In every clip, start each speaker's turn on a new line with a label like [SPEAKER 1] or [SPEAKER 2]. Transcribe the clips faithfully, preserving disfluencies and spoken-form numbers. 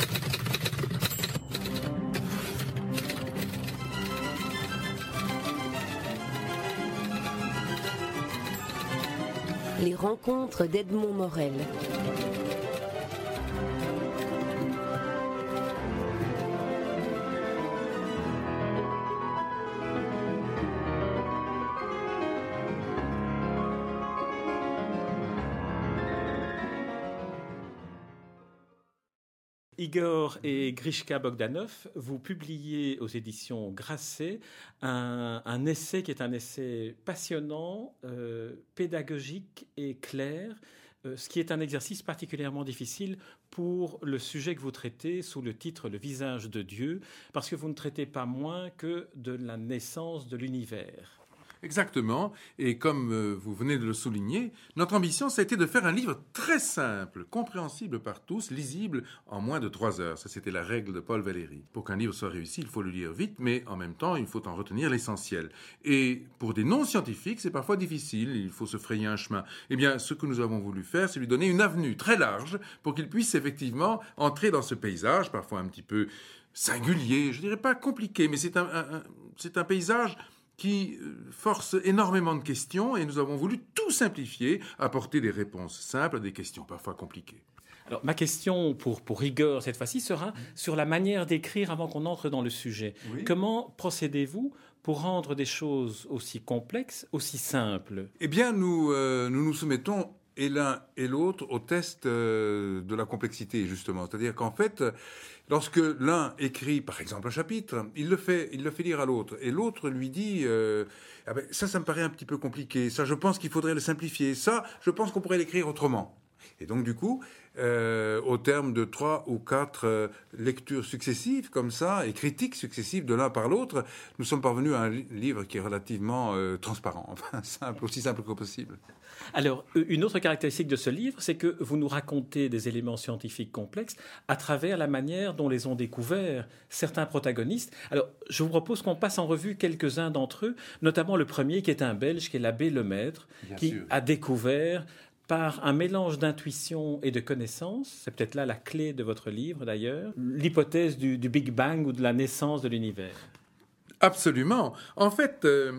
[SPEAKER 1] Les rencontres d'Edmond Morel.
[SPEAKER 2] Igor et Grishka Bogdanov, vous publiez aux éditions Grasset un, un essai qui est un essai passionnant, euh, pédagogique et clair, euh, ce qui est un exercice particulièrement difficile pour le sujet que vous traitez sous le titre « Le visage de Dieu », parce que vous ne traitez pas moins que de la naissance de l'univers.
[SPEAKER 3] Exactement, et comme euh, vous venez de le souligner, notre ambition, ça a été de faire un livre très simple, compréhensible par tous, lisible en moins de trois heures. Ça, c'était la règle de Paul Valéry. Pour qu'un livre soit réussi, il faut le lire vite, mais en même temps, il faut en retenir l'essentiel. Et pour des non-scientifiques, c'est parfois difficile, il faut se frayer un chemin. Eh bien, ce que nous avons voulu faire, c'est lui donner une avenue très large pour qu'il puisse effectivement entrer dans ce paysage, parfois un petit peu singulier, je dirais pas compliqué, mais c'est un, un, un, c'est un paysage qui force énormément de questions, et nous avons voulu tout simplifier, apporter des réponses simples à des questions parfois compliquées.
[SPEAKER 2] Alors, ma question pour, pour Igor, cette fois-ci, sera sur la manière d'écrire avant qu'on entre dans le sujet. Oui. Comment procédez-vous pour rendre des choses aussi complexes, aussi simples ?
[SPEAKER 3] Eh bien, nous, euh, nous nous soumettons et l'un et l'autre au test euh, de la complexité, justement. C'est-à-dire qu'en fait, lorsque l'un écrit, par exemple, un chapitre, il le fait, il le fait lire à l'autre. Et l'autre lui dit euh, ah ben, « ça, ça me paraît un petit peu compliqué. Ça, je pense qu'il faudrait le simplifier. Ça, je pense qu'on pourrait l'écrire autrement. » Et donc, du coup, euh, au terme de trois ou quatre euh, lectures successives, comme ça, et critiques successives de l'un par l'autre, nous sommes parvenus à un li- livre qui est relativement euh, transparent, enfin, simple, aussi simple que possible.
[SPEAKER 2] Alors, une autre caractéristique de ce livre, c'est que vous nous racontez des éléments scientifiques complexes à travers la manière dont les ont découverts certains protagonistes. Alors, je vous propose qu'on passe en revue quelques-uns d'entre eux, notamment le premier qui est un Belge, qui est l'abbé Lemaître, Bien qui sûr. a découvert par un mélange d'intuition et de connaissance, c'est peut-être là la clé de votre livre d'ailleurs, l'hypothèse du, du Big Bang ou de la naissance de l'univers.
[SPEAKER 3] Absolument. En fait, euh,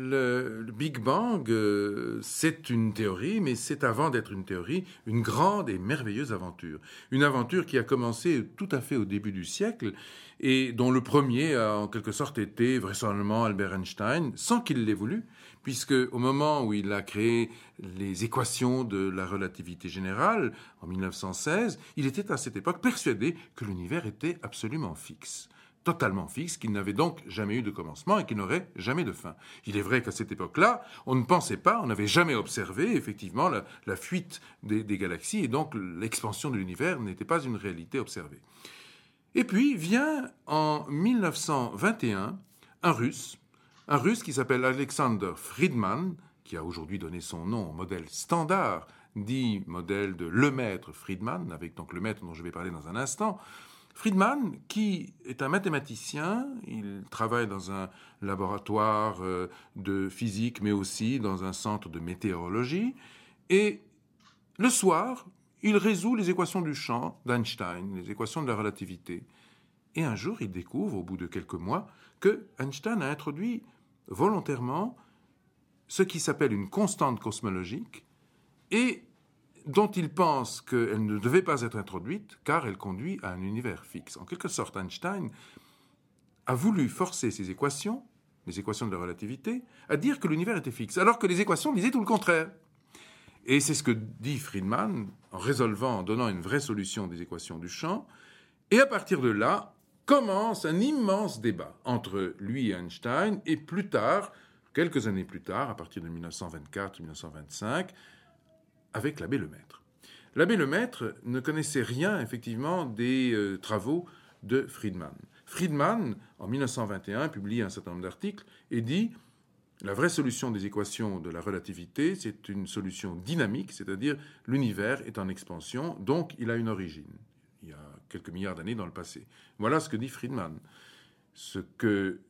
[SPEAKER 3] le, le Big Bang, euh, c'est une théorie, mais c'est avant d'être une théorie, une grande et merveilleuse aventure. Une aventure qui a commencé tout à fait au début du siècle et dont le premier a en quelque sorte été vraisemblablement Albert Einstein, sans qu'il l'ait voulu, puisque au moment où il a créé les équations de la relativité générale, en mille neuf cent seize, il était à cette époque persuadé que l'univers était absolument fixe. Totalement fixe, qu'il n'avait donc jamais eu de commencement et qu'il n'aurait jamais de fin. Il est vrai qu'à cette époque-là, on ne pensait pas, on n'avait jamais observé effectivement la, la fuite des, des galaxies, et donc l'expansion de l'univers n'était pas une réalité observée. Et puis vient en mille neuf cent vingt et un un Russe, un Russe qui s'appelle Alexander Friedmann, qui a aujourd'hui donné son nom au modèle standard, dit modèle de Lemaître-Friedmann, avec donc Lemaître dont je vais parler dans un instant. Friedmann, qui est un mathématicien, il travaille dans un laboratoire de physique, mais aussi dans un centre de météorologie, et le soir, il résout les équations du champ d'Einstein, les équations de la relativité. Et un jour, il découvre, au bout de quelques mois, que Einstein a introduit volontairement ce qui s'appelle une constante cosmologique, et dont il pense qu'elle ne devait pas être introduite, car elle conduit à un univers fixe. En quelque sorte, Einstein a voulu forcer ces équations, les équations de la relativité, à dire que l'univers était fixe, alors que les équations disaient tout le contraire. Et c'est ce que dit Friedmann, en résolvant, en donnant une vraie solution des équations du champ. Et à partir de là, commence un immense débat entre lui et Einstein, et plus tard, quelques années plus tard, à partir de mille neuf cent vingt-quatre mille neuf cent vingt-cinq, avec l'abbé Lemaître. L'abbé Lemaître ne connaissait rien, effectivement, des euh, travaux de Friedmann. Friedmann, en mille neuf cent vingt et un, publie un certain nombre d'articles et dit « La vraie solution des équations de la relativité, c'est une solution dynamique, c'est-à-dire l'univers est en expansion, donc il a une origine. » Il y a quelques milliards d'années dans le passé. Voilà ce que dit Friedmann. Ce que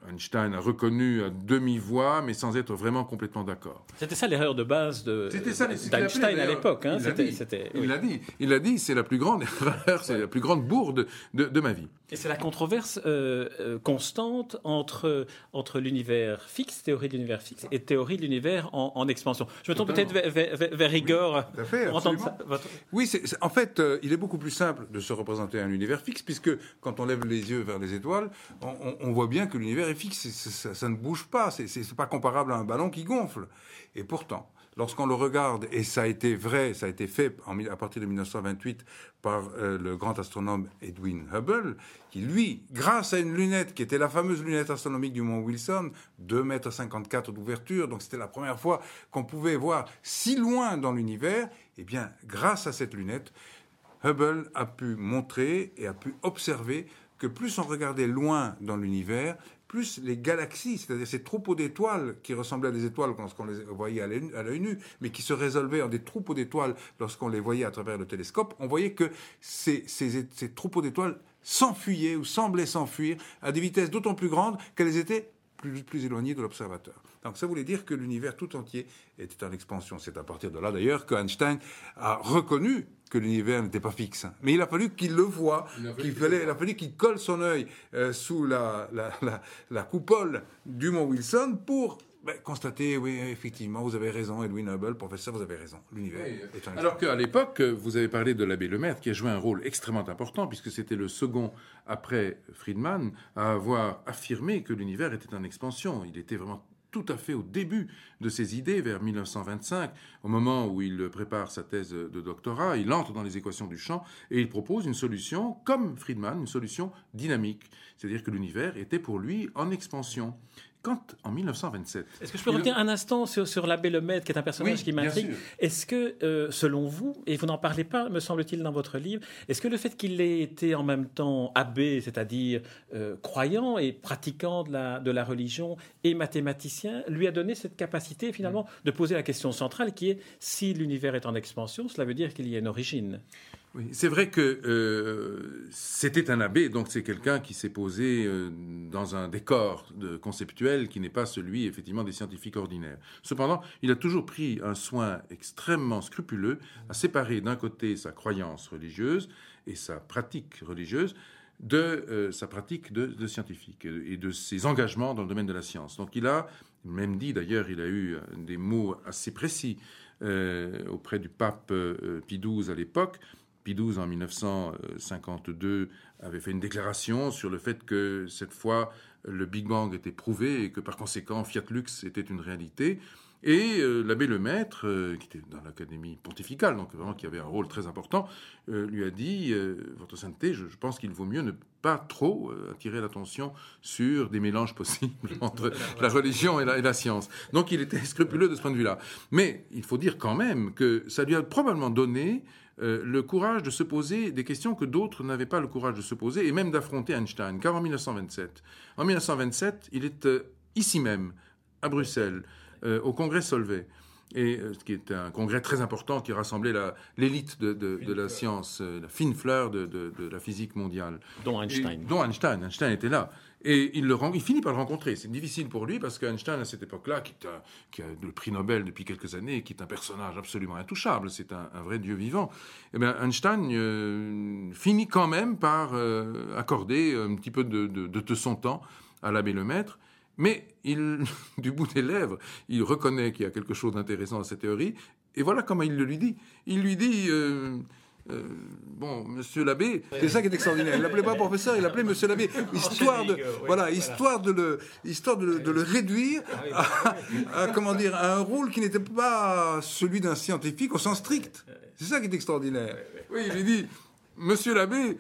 [SPEAKER 3] Einstein a reconnu à demi-voix, mais sans être vraiment complètement d'accord.
[SPEAKER 2] C'était ça l'erreur de base de,
[SPEAKER 3] ça,
[SPEAKER 2] d'Einstein à l'époque. Hein.
[SPEAKER 3] Il
[SPEAKER 2] c'était,
[SPEAKER 3] l'a dit.
[SPEAKER 2] c'était,
[SPEAKER 3] il
[SPEAKER 2] oui.
[SPEAKER 3] l'a dit. Il l'a dit, c'est la plus grande erreur, c'est la plus grande bourde de, de ma vie.
[SPEAKER 2] Et c'est la controverse euh, euh, constante entre, entre l'univers fixe, théorie de l'univers fixe, et théorie de l'univers en, en expansion. Je me tourne peut-être vers, vers, vers Igor.
[SPEAKER 3] Oui, tout à fait,
[SPEAKER 2] pour entendre ça, votre...
[SPEAKER 3] Oui, c'est, c'est, en fait, euh, il est beaucoup plus simple de se représenter un univers fixe, puisque quand on lève les yeux vers les étoiles, on, on, on voit bien que l'univers est fixe. C'est, c'est, ça, ça ne bouge pas. C'est, c'est, c'est pas comparable à un ballon qui gonfle. Et pourtant, lorsqu'on le regarde, et ça a été vrai, ça a été fait en, à partir de dix-neuf cent vingt-huit par euh, le grand astronome Edwin Hubble, qui lui, grâce à une lunette qui était la fameuse lunette astronomique du mont Wilson, deux mètres cinquante-quatre d'ouverture, donc c'était la première fois qu'on pouvait voir si loin dans l'univers, eh bien, grâce à cette lunette, Hubble a pu montrer et a pu observer que plus on regardait loin dans l'univers, plus les galaxies, c'est-à-dire ces troupeaux d'étoiles qui ressemblaient à des étoiles lorsqu'on les voyait à l'œil nu, mais qui se résolvaient en des troupeaux d'étoiles lorsqu'on les voyait à travers le télescope, on voyait que ces, ces, ces troupeaux d'étoiles s'enfuyaient ou semblaient s'enfuir à des vitesses d'autant plus grandes qu'elles étaient plus, plus éloignées de l'observateur. Donc ça voulait dire que l'univers tout entier était en expansion. C'est à partir de là d'ailleurs qu'Einstein a reconnu que l'univers n'était pas fixe. Mais il a fallu qu'il le voie, il, qu'il fallait, il a fallu qu'il colle son œil euh, sous la, la, la, la coupole du mont Wilson pour ben, constater, oui, effectivement, vous avez raison, Edwin Hubble, professeur, vous avez raison, l'univers oui. est en Alors qu'à l'époque, vous avez parlé de l'abbé Lemaître, qui a joué un rôle extrêmement important, puisque c'était le second, après Friedman, à avoir affirmé que l'univers était en expansion. Il était vraiment tout à fait au début de ses idées, vers dix-neuf cent vingt-cinq, au moment où il prépare sa thèse de doctorat, il entre dans les équations du champ et il propose une solution, comme Friedman, une solution dynamique. C'est-à-dire que l'univers était pour lui en expansion. Quand, en dix-neuf cent vingt-sept...
[SPEAKER 2] Est-ce que je peux revenir un instant sur, sur l'abbé Lemaître, qui est un personnage oui, qui m'intrigue. Est-ce que, euh, selon vous, et vous n'en parlez pas, me semble-t-il, dans votre livre, est-ce que le fait qu'il ait été en même temps abbé, c'est-à-dire euh, croyant et pratiquant de la, de la religion, et mathématicien, lui a donné cette capacité, finalement, de poser la question centrale, qui est, si l'univers est en expansion, cela veut dire qu'il y a une origine.
[SPEAKER 3] Oui, c'est vrai que euh, c'était un abbé, donc c'est quelqu'un qui s'est posé euh, dans un décor de conceptuel qui n'est pas celui, effectivement, des scientifiques ordinaires. Cependant, il a toujours pris un soin extrêmement scrupuleux à séparer d'un côté sa croyance religieuse et sa pratique religieuse de euh, sa pratique de, de scientifique et de ses engagements dans le domaine de la science. Donc il a même dit, d'ailleurs, il a eu des mots assez précis euh, auprès du pape euh, Pie douze à l'époque. Pie douze, en dix-neuf cent cinquante-deux, avait fait une déclaration sur le fait que, cette fois, le Big Bang était prouvé et que, par conséquent, Fiat Lux était une réalité. Et euh, l'abbé Lemaître, euh, qui était dans l'académie pontificale, donc vraiment qui avait un rôle très important, euh, lui a dit euh, « Votre Sainteté, je, je pense qu'il vaut mieux ne pas trop euh, attirer l'attention sur des mélanges possibles entre la religion et la, et la science. » Donc il était scrupuleux de ce point de vue-là. Mais il faut dire quand même que ça lui a probablement donné Euh, le courage de se poser des questions que d'autres n'avaient pas le courage de se poser, et même d'affronter Einstein. Car en dix-neuf cent vingt-sept, en dix-neuf cent vingt-sept, il est euh, ici même, à Bruxelles, euh, au congrès Solvay, et euh, qui est un congrès très important qui rassemblait la, l'élite de, de, de la science, euh, la fine fleur de, de, de la physique mondiale.
[SPEAKER 2] Dont Einstein.
[SPEAKER 3] Et, dont Einstein. Einstein était là. Et il, le, il finit par le rencontrer. C'est difficile pour lui parce qu'Einstein, à cette époque-là, qui, est un, qui a le prix Nobel depuis quelques années, qui est un personnage absolument intouchable, c'est un, un vrai dieu vivant, eh bien, Einstein euh, finit quand même par euh, accorder un petit peu de, de, de son temps à l'abbé Lemaître. Mais il, du bout des lèvres, il reconnaît qu'il y a quelque chose d'intéressant dans cette théorie. Et voilà comment il le lui dit. Il lui dit... Euh, Euh, bon, monsieur l'abbé, c'est ça qui est extraordinaire. Il l'appelait pas professeur, il l'appelait monsieur l'abbé, histoire de, voilà, histoire de le, histoire de le, de le réduire à, à, comment dire, à un rôle qui n'était pas celui d'un scientifique au sens strict. C'est ça qui est extraordinaire. Oui, il lui dit, monsieur l'abbé,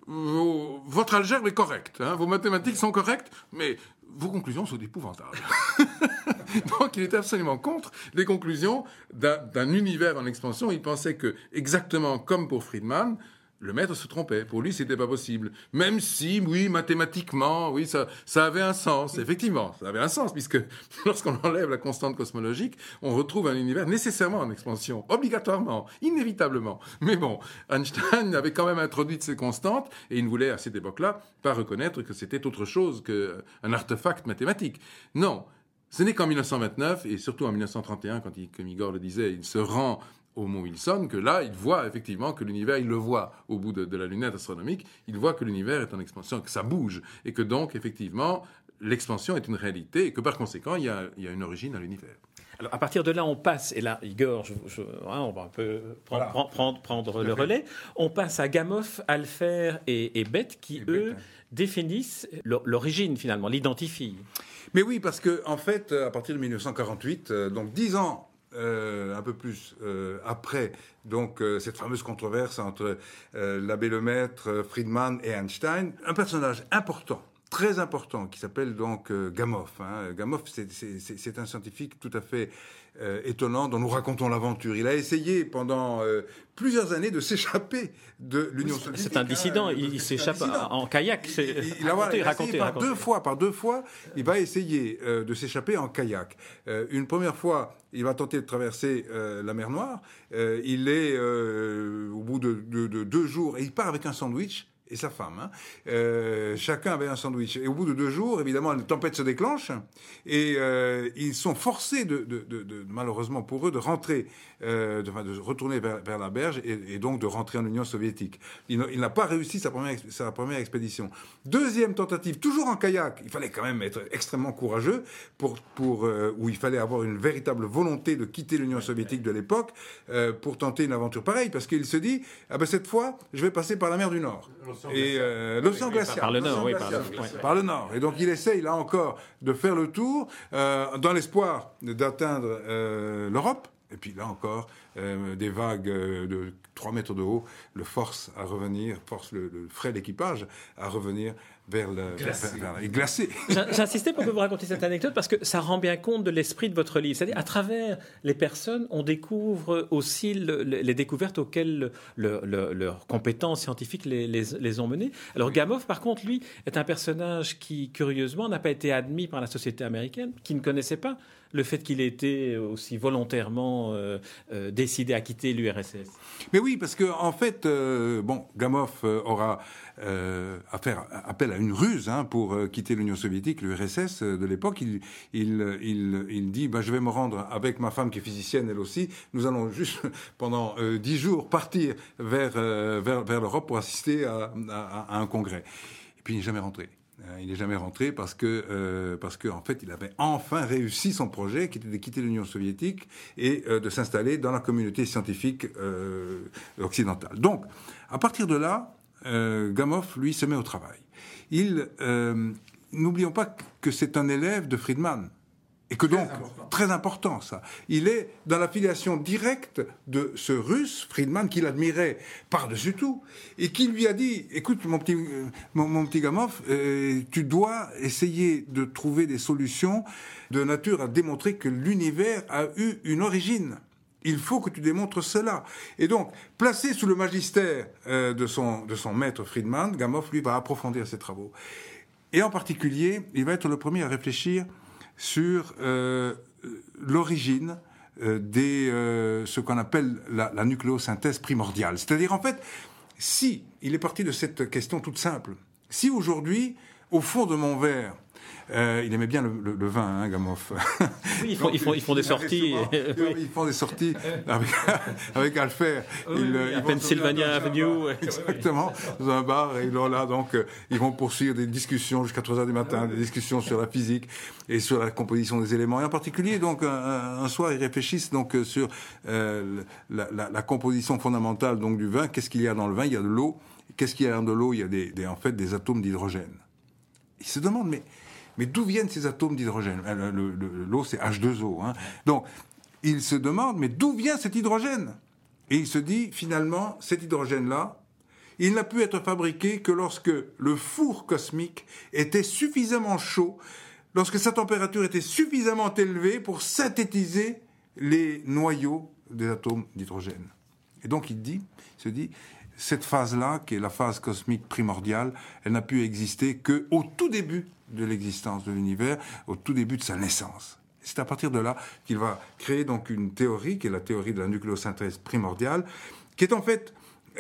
[SPEAKER 3] vos, votre algèbre est correcte, hein, vos mathématiques sont correctes, mais vos conclusions sont épouvantables. Donc, il était absolument contre les conclusions d'un, d'un univers en expansion. Il pensait que, exactement comme pour Friedman, Le maître se trompait. Pour lui, c'était pas possible. Même si, oui, mathématiquement, oui, ça, ça avait un sens. Effectivement, ça avait un sens, puisque lorsqu'on enlève la constante cosmologique, on retrouve un univers nécessairement en expansion, obligatoirement, inévitablement. Mais bon, Einstein avait quand même introduit ces constantes, et il ne voulait, à cette époque-là, pas reconnaître que c'était autre chose qu'un artefact mathématique. Non. Ce n'est qu'en mille neuf cent vingt-neuf, et surtout en mille neuf cent trente et un, quand il, comme Igor le disait, il se rend au mont Wilson, que là, il voit effectivement que l'univers, il le voit au bout de, de la lunette astronomique, il voit que l'univers est en expansion, que ça bouge, et que donc, effectivement, l'expansion est une réalité, et que par conséquent, il y a, il y a une origine à l'univers.
[SPEAKER 2] Alors, à partir de là, on passe, et là, Igor, je, je, hein, on va un peu prendre, voilà. prendre, prendre le relais, on passe à Gamow, Alpher et, et Bethe, qui, et eux, Bethe, hein. définissent l'origine, finalement, l'identifient.
[SPEAKER 4] Mais oui, parce que en fait, à partir de mille neuf cent quarante-huit, euh, donc dix ans euh, un peu plus euh, après, donc euh, cette fameuse controverse entre euh, l'abbé Lemaître, Friedman et Einstein, un personnage important, très important, qui s'appelle donc euh, Gamow. Hein. Gamow, c'est, c'est, c'est un scientifique tout à fait euh, étonnant dont nous racontons l'aventure. Il a essayé pendant euh, plusieurs années de s'échapper de l'Union
[SPEAKER 2] oui,
[SPEAKER 4] soviétique.
[SPEAKER 2] C'est un dissident, hein, il, il s'échappe en kayak. C'est...
[SPEAKER 4] Il, il, il, racontez, il a racontez, par racontez. deux fois, par deux fois, il va essayer euh, de s'échapper en kayak. Euh, une première fois, il va tenter de traverser euh, la mer Noire. Euh, il est euh, au bout de, de, de deux jours et il part avec un sandwich. Et sa femme. Hein. Euh, chacun avait un sandwich. Et au bout de deux jours, évidemment, une tempête se déclenche et euh, ils sont forcés, de, de, de, de, malheureusement pour eux, de rentrer, euh, de, de retourner vers, vers la berge et, et donc de rentrer en Union soviétique. Il, il n'a pas réussi sa première, sa première expédition. Deuxième tentative, toujours en kayak. Il fallait quand même être extrêmement courageux pour, pour euh, où il fallait avoir une véritable volonté de quitter l'Union soviétique de l'époque euh, pour tenter une aventure pareille, parce qu'il se dit, ah ben cette fois, je vais passer par la mer du Nord. Et euh, l'océan glacial.
[SPEAKER 2] Par le nord, oui, par le,
[SPEAKER 4] ouais. par le nord. Et donc il essaye là encore de faire le tour euh, dans l'espoir d'atteindre euh, l'Europe. Et puis là encore, euh, des vagues euh, de trois mètres de haut le forcent à revenir, force le, le frais l'équipage à revenir vers le glacé. Vers, vers, glacé.
[SPEAKER 2] J'insistais pour que vous racontiez cette anecdote parce que ça rend bien compte de l'esprit de votre livre. C'est-à-dire, à travers les personnes, on découvre aussi le, le, les découvertes auxquelles le, le, leurs compétences scientifiques les, les, les ont menées. Alors, oui. Gamow, par contre, lui, est un personnage qui, curieusement, n'a pas été admis par la société américaine, qui ne connaissait pas le fait qu'il ait été aussi volontairement euh, euh, décidé à quitter l'U R S S.
[SPEAKER 4] Mais oui, parce que en fait, euh, bon, Gamow euh, aura euh, à faire appel à une ruse hein, pour euh, quitter l'Union soviétique, l'U R S S euh, de l'époque. Il, il, il, il dit, bah, je vais me rendre avec ma femme qui est physicienne, elle aussi. Nous allons juste pendant euh, dix jours partir vers euh, vers, vers l'Europe pour assister à, à, à un congrès. Et puis il n'est jamais rentré. Il n'est jamais rentré parce que euh, parce que en fait il avait enfin réussi son projet qui était de quitter l'Union soviétique et euh, de s'installer dans la communauté scientifique euh, occidentale. Donc à partir de là, euh, Gamow lui se met au travail. Il euh, n'oublions pas que c'est un élève de Friedman. Et que donc, très important. très important ça, il est dans la filiation directe de ce Russe, Friedman, qu'il admirait par-dessus tout, et qui lui a dit, écoute mon petit, mon, mon petit Gamow, euh, tu dois essayer de trouver des solutions de nature à démontrer que l'univers a eu une origine. Il faut que tu démontres cela. Et donc, placé sous le magistère euh, de, son, de son maître Friedman, Gamow, lui, va approfondir ses travaux. Et en particulier, il va être le premier à réfléchir sur euh, l'origine euh, des euh, ce qu'on appelle la, la nucléosynthèse primordiale. C'est-à-dire, en fait, si, il est parti de cette question toute simple, si aujourd'hui, au fond de mon verre, Euh, il aimait bien le, le, le vin, hein, Gamow.
[SPEAKER 2] Oui, ils font, Donc, ils font, ils font des sorties.
[SPEAKER 4] Souvent, oui. Ils font des sorties avec, avec Alpher.
[SPEAKER 2] Oui, ils, oui, ils à Pennsylvania Avenue.
[SPEAKER 4] Exactement, dans un bar. Et là, donc, euh, ils vont poursuivre des discussions jusqu'à trois heures du matin, des discussions sur la physique et sur la composition des éléments. Et en particulier, donc, un, un soir, ils réfléchissent donc sur euh, la, la, la composition fondamentale donc du vin. Qu'est-ce qu'il y a dans le vin? Il y a de l'eau. Qu'est-ce qu'il y a dans de l'eau? Il y a des, des, en fait des atomes d'hydrogène. Ils se demandent, mais Mais d'où viennent ces atomes d'hydrogène? le, le, L'eau, c'est H deux O. Hein. Donc, il se demande, mais d'où vient cet hydrogène? Et il se dit, finalement, cet hydrogène-là, il n'a pu être fabriqué que lorsque le four cosmique était suffisamment chaud, lorsque sa température était suffisamment élevée pour synthétiser les noyaux des atomes d'hydrogène. Et donc, il dit, il se dit, cette phase-là, qui est la phase cosmique primordiale, elle n'a pu exister qu'au tout début de l'existence de l'univers, au tout début de sa naissance. C'est à partir de là qu'il va créer donc une théorie, qui est la théorie de la nucléosynthèse primordiale, qui est en fait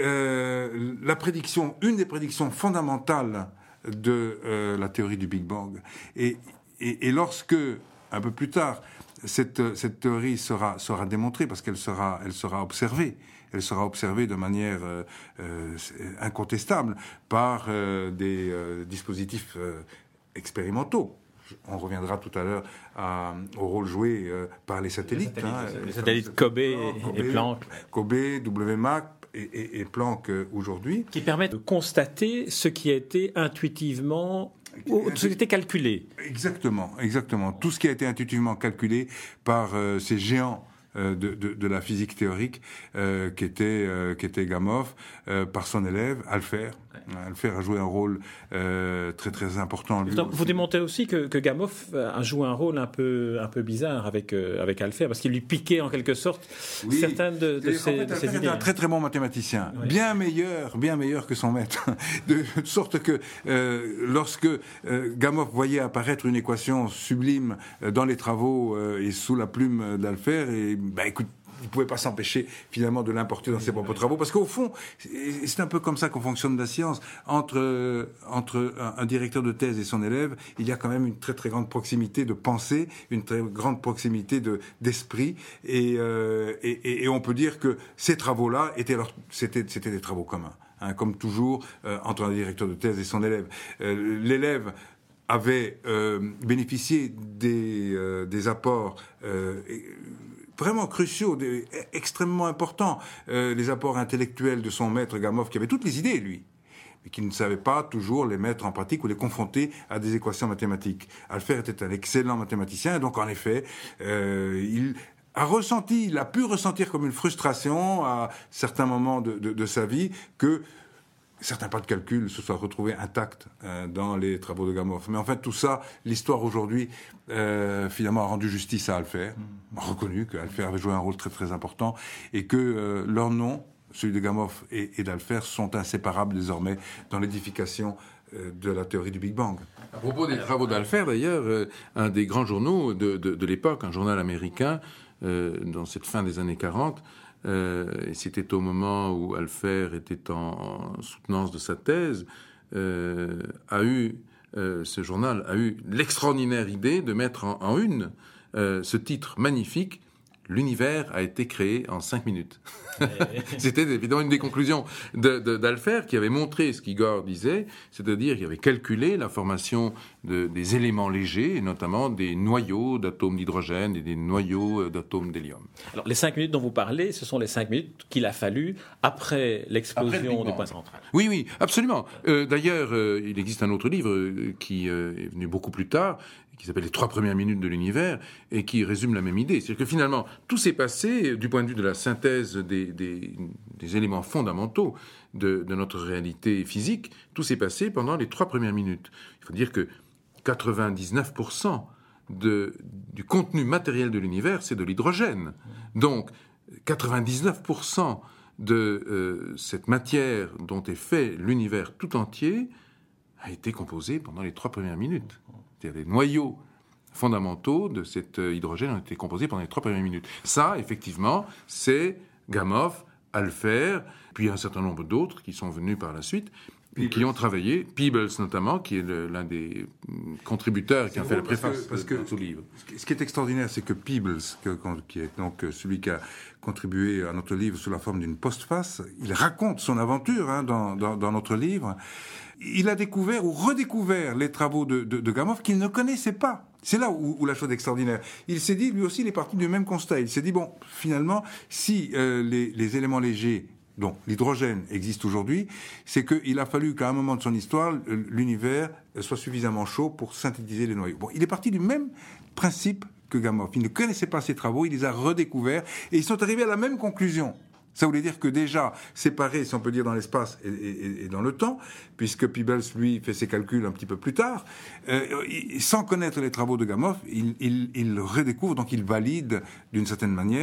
[SPEAKER 4] euh, la prédiction, une des prédictions fondamentales de euh, la théorie du Big Bang. Et, et, et lorsque, un peu plus tard, cette, cette théorie sera, sera démontrée, parce qu'elle sera, elle sera observée, elle sera observée de manière euh, euh, incontestable par euh, des euh, dispositifs euh, expérimentaux. On reviendra tout à l'heure à, au rôle joué euh, par les satellites.
[SPEAKER 2] Les satellites,
[SPEAKER 4] hein,
[SPEAKER 2] les satellites Kobe et,
[SPEAKER 4] Kobe,
[SPEAKER 2] et Planck.
[SPEAKER 4] Kobe, W M A P et, et, et Planck euh, aujourd'hui.
[SPEAKER 2] Qui permettent de constater ce qui a été intuitivement, ou ce qui a été calculé.
[SPEAKER 4] Exactement, exactement. Tout ce qui a été intuitivement calculé par euh, ces géants euh, de, de, de la physique théorique euh, qui était, euh, qui était Gamow, euh, par son élève, Alpher. Alpher a joué un rôle euh, très très important. Lui,
[SPEAKER 2] vous démontrez aussi que, que Gamow a joué un rôle un peu, un peu bizarre avec, euh, avec Alpher, parce qu'il lui piquait en quelque sorte oui. certaines de, de, ses, en fait, de ses idées.
[SPEAKER 4] Alpher était un très très bon mathématicien, oui. bien meilleur, bien meilleur que son maître, de, de sorte que euh, lorsque euh, Gamow voyait apparaître une équation sublime euh, dans les travaux euh, et sous la plume d'Alpher, et bah écoute, il ne pouvait pas s'empêcher finalement de l'importer dans ses propres travaux, parce qu'au fond, c'est un peu comme ça qu'on fonctionne la science. Entre, entre un directeur de thèse et son élève, il y a quand même une très très grande proximité de pensée, une très grande proximité de, d'esprit, et, euh, et, et on peut dire que ces travaux-là étaient, alors, c'était, c'était des travaux communs, hein, comme toujours euh, entre un directeur de thèse et son élève. Euh, l'élève avait euh, bénéficié des, euh, des apports euh, vraiment cruciaux, des, extrêmement importants, euh, les apports intellectuels de son maître Gamow, qui avait toutes les idées, lui, mais qui ne savait pas toujours les mettre en pratique ou les confronter à des équations mathématiques. Alpher était un excellent mathématicien, et donc en effet, euh, il a ressenti, il a pu ressentir comme une frustration à certains moments de, de, de sa vie que certains pas de calcul se soient retrouvés intacts euh, dans les travaux de Gamow. Mais en fait, tout ça, l'histoire aujourd'hui, euh, finalement, a rendu justice à Alpher, mmh. a reconnu qu'Alpher avait joué un rôle très très important, et que euh, leur nom, celui de Gamow et, et d'Alpher, sont inséparables désormais dans l'édification euh, de la théorie du Big Bang.
[SPEAKER 3] À propos des travaux d'Alpher, d'ailleurs, euh, un des grands journaux de, de, de l'époque, un journal américain, euh, dans cette fin des années quarante, Euh, et c'était au moment où Alpher était en, en soutenance de sa thèse, euh, a eu, euh, ce journal a eu l'extraordinaire idée de mettre en, en une euh, ce titre magnifique: l'univers a été créé en cinq minutes. C'était évidemment une des conclusions de, de, d'Alpher, qui avait montré ce qu'Igor disait, c'est-à-dire qu'il avait calculé la formation de, des éléments légers, et notamment des noyaux d'atomes d'hydrogène et des noyaux d'atomes d'hélium.
[SPEAKER 2] Alors, les cinq minutes dont vous parlez, ce sont les cinq minutes qu'il a fallu après l'explosion du point central.
[SPEAKER 3] Oui, oui, absolument. Euh, d'ailleurs, euh, il existe un autre livre euh, qui euh, est venu beaucoup plus tard, qui s'appelle Les trois premières minutes de l'univers, et qui résume la même idée. C'est-à-dire que finalement, tout s'est passé, du point de vue de la synthèse des, des, des éléments fondamentaux de, de notre réalité physique, tout s'est passé pendant les trois premières minutes. Il faut dire que quatre-vingt-dix-neuf pour cent de, du contenu matériel de l'univers, c'est de l'hydrogène. Donc, quatre-vingt-dix-neuf pour cent de euh, cette matière dont est fait l'univers tout entier a été composée pendant les trois premières minutes. C'est-à-dire les noyaux fondamentaux de cet hydrogène ont été composés pendant les trois premières minutes. Ça, effectivement, c'est Gamow, Alpher, puis un certain nombre d'autres qui sont venus par la suite, et qui ont travaillé, Peebles notamment, qui est le, l'un des contributeurs qui a fait la préface parce que, parce que, de ce livre.
[SPEAKER 4] Ce qui est extraordinaire, c'est que Peebles, que, qui est donc celui qui a contribué à notre livre sous la forme d'une postface, il raconte son aventure hein, dans, dans, dans notre livre. Il a découvert ou redécouvert les travaux de, de, de Gamow qu'il ne connaissait pas. C'est là où, où la chose est extraordinaire. Il s'est dit, lui aussi, il est parti du même constat. Il s'est dit, bon, finalement, si euh, les, les éléments légers, donc l'hydrogène, existe aujourd'hui, c'est qu'il a fallu qu'à un moment de son histoire, l'univers soit suffisamment chaud pour synthétiser les noyaux. Bon, il est parti du même principe que Gamow. Il ne connaissait pas ces travaux, il les a redécouverts, et ils sont arrivés à la même conclusion. Ça voulait dire que déjà, séparés, si on peut dire, dans l'espace et, et, et dans le temps, puisque Peebles, lui, fait ses calculs un petit peu plus tard, euh, sans connaître les travaux de Gamow, il, il, il redécouvre, donc il valide, d'une certaine manière,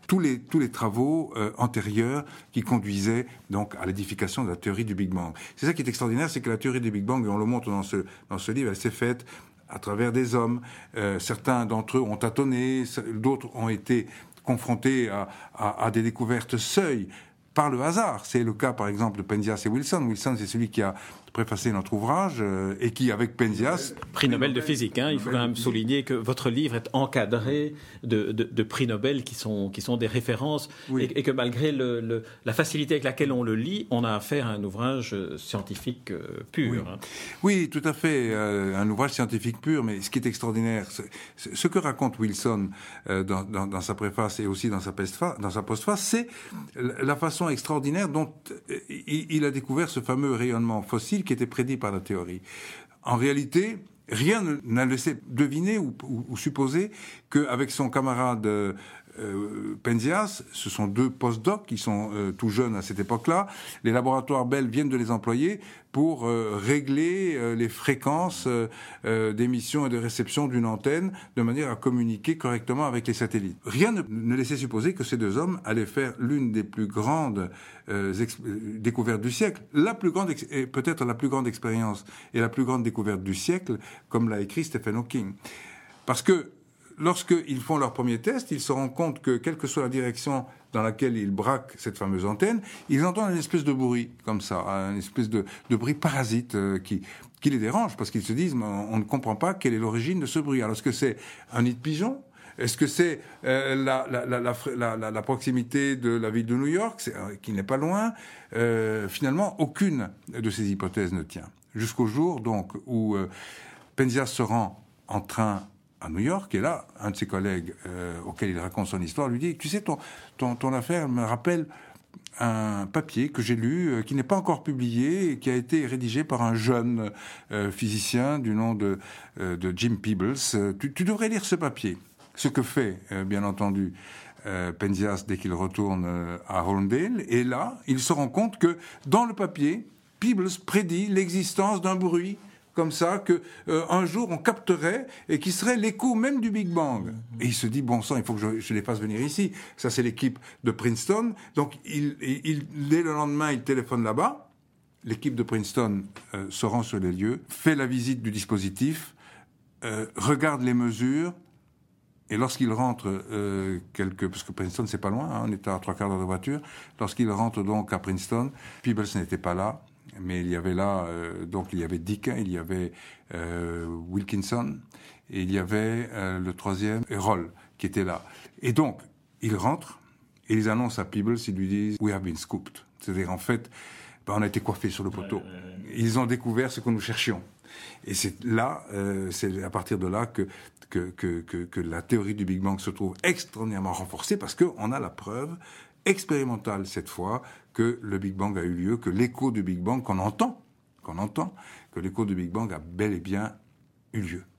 [SPEAKER 4] tous les, tous les travaux euh, antérieurs qui conduisaient donc à l'édification de la théorie du Big Bang. C'est ça qui est extraordinaire, c'est que la théorie du Big Bang, et on le montre dans ce, dans ce livre, elle s'est faite à travers des hommes. Euh, certains d'entre eux ont tâtonné, d'autres ont été confrontés à, à, à des découvertes seuil par le hasard. C'est le cas, par exemple, de Penzias et Wilson. Wilson, c'est celui qui a préfacé notre ouvrage euh, et qui, avec Penzias...
[SPEAKER 2] Prix Nobel de physique. Hein. Il faut quand même souligner que votre livre est encadré de, de, de prix Nobel qui sont, qui sont des références oui. et, et que malgré le, le, la facilité avec laquelle on le lit, on a affaire à un ouvrage scientifique euh, pur.
[SPEAKER 4] Oui.
[SPEAKER 2] Hein.
[SPEAKER 4] oui, tout à fait. Euh, un ouvrage scientifique pur, mais ce qui est extraordinaire, c'est, c'est, ce que raconte Wilson euh, dans, dans, dans sa préface et aussi dans sa, postface, dans sa postface, c'est la façon extraordinaire dont il, il a découvert ce fameux rayonnement fossile qui était prédit par la théorie. En réalité, rien n'a laissé deviner ou, ou, ou supposer qu'avec son camarade euh, Penzias, ce sont deux post-docs qui sont euh, tout jeunes à cette époque-là, les laboratoires Bell viennent de les employer pour euh, régler euh, les fréquences euh, euh, d'émission et de réception d'une antenne de manière à communiquer correctement avec les satellites. Rien ne, ne laissait supposer que ces deux hommes allaient faire l'une des plus grandes euh, ex- découvertes du siècle, la plus grande ex- et peut-être la plus grande expérience et la plus grande découverte du siècle, comme l'a écrit Stephen Hawking. Parce que lorsqu'ils font leur premier test, ils se rendent compte que, quelle que soit la direction dans laquelle ils braquent cette fameuse antenne, ils entendent une espèce de bruit, comme ça, une espèce de, de bruit parasite euh, qui, qui les dérange, parce qu'ils se disent, on, on ne comprend pas quelle est l'origine de ce bruit. Alors, est-ce que c'est un nid de pigeon ? Est-ce que c'est euh, la, la, la, la, la, la proximité de la ville de New York, c'est, euh, qui n'est pas loin ? euh, Finalement, aucune de ces hypothèses ne tient. Jusqu'au jour, donc, où euh, Penzias se rend en train à New York, et là, un de ses collègues euh, auquel il raconte son histoire lui dit « Tu sais, ton, ton, ton affaire me rappelle un papier que j'ai lu, euh, qui n'est pas encore publié, et qui a été rédigé par un jeune euh, physicien du nom de, euh, de Jim Peebles. Tu, tu devrais lire ce papier. » Ce que fait, euh, bien entendu, euh, Penzias dès qu'il retourne euh, à Hollandale, et là, il se rend compte que, dans le papier, Peebles prédit l'existence d'un bruit comme ça, que euh, un jour on capterait et qui serait l'écho même du Big Bang. Et il se dit, bon sang, il faut que je, je les fasse venir ici. Ça, c'est l'équipe de Princeton. Donc, il, il, dès le lendemain, il téléphone là-bas. L'équipe de Princeton euh, se rend sur les lieux, fait la visite du dispositif, euh, regarde les mesures, et lorsqu'il rentre, euh, quelque, parce que Princeton, c'est pas loin, hein, on est à trois quarts d'heure de voiture, lorsqu'il rentre donc à Princeton, Peebles n'était pas là, mais il y avait là, euh, donc il y avait Dick, il y avait euh, Wilkinson, et il y avait euh, le troisième, Roll, qui était là. Et donc, ils rentrent, et ils annoncent à Peebles, ils lui disent « We have been scooped ». C'est-à-dire, en fait, ben, on a été coiffés sur le poteau. Ils ont découvert ce que nous cherchions. Et c'est là, euh, c'est à partir de là que, que, que, que, que la théorie du Big Bang se trouve extraordinairement renforcée, parce qu'on a la preuve expérimentale cette fois que le Big Bang a eu lieu, que l'écho du Big Bang qu'on entend, qu'on entend, que l'écho du Big Bang a bel et bien eu lieu.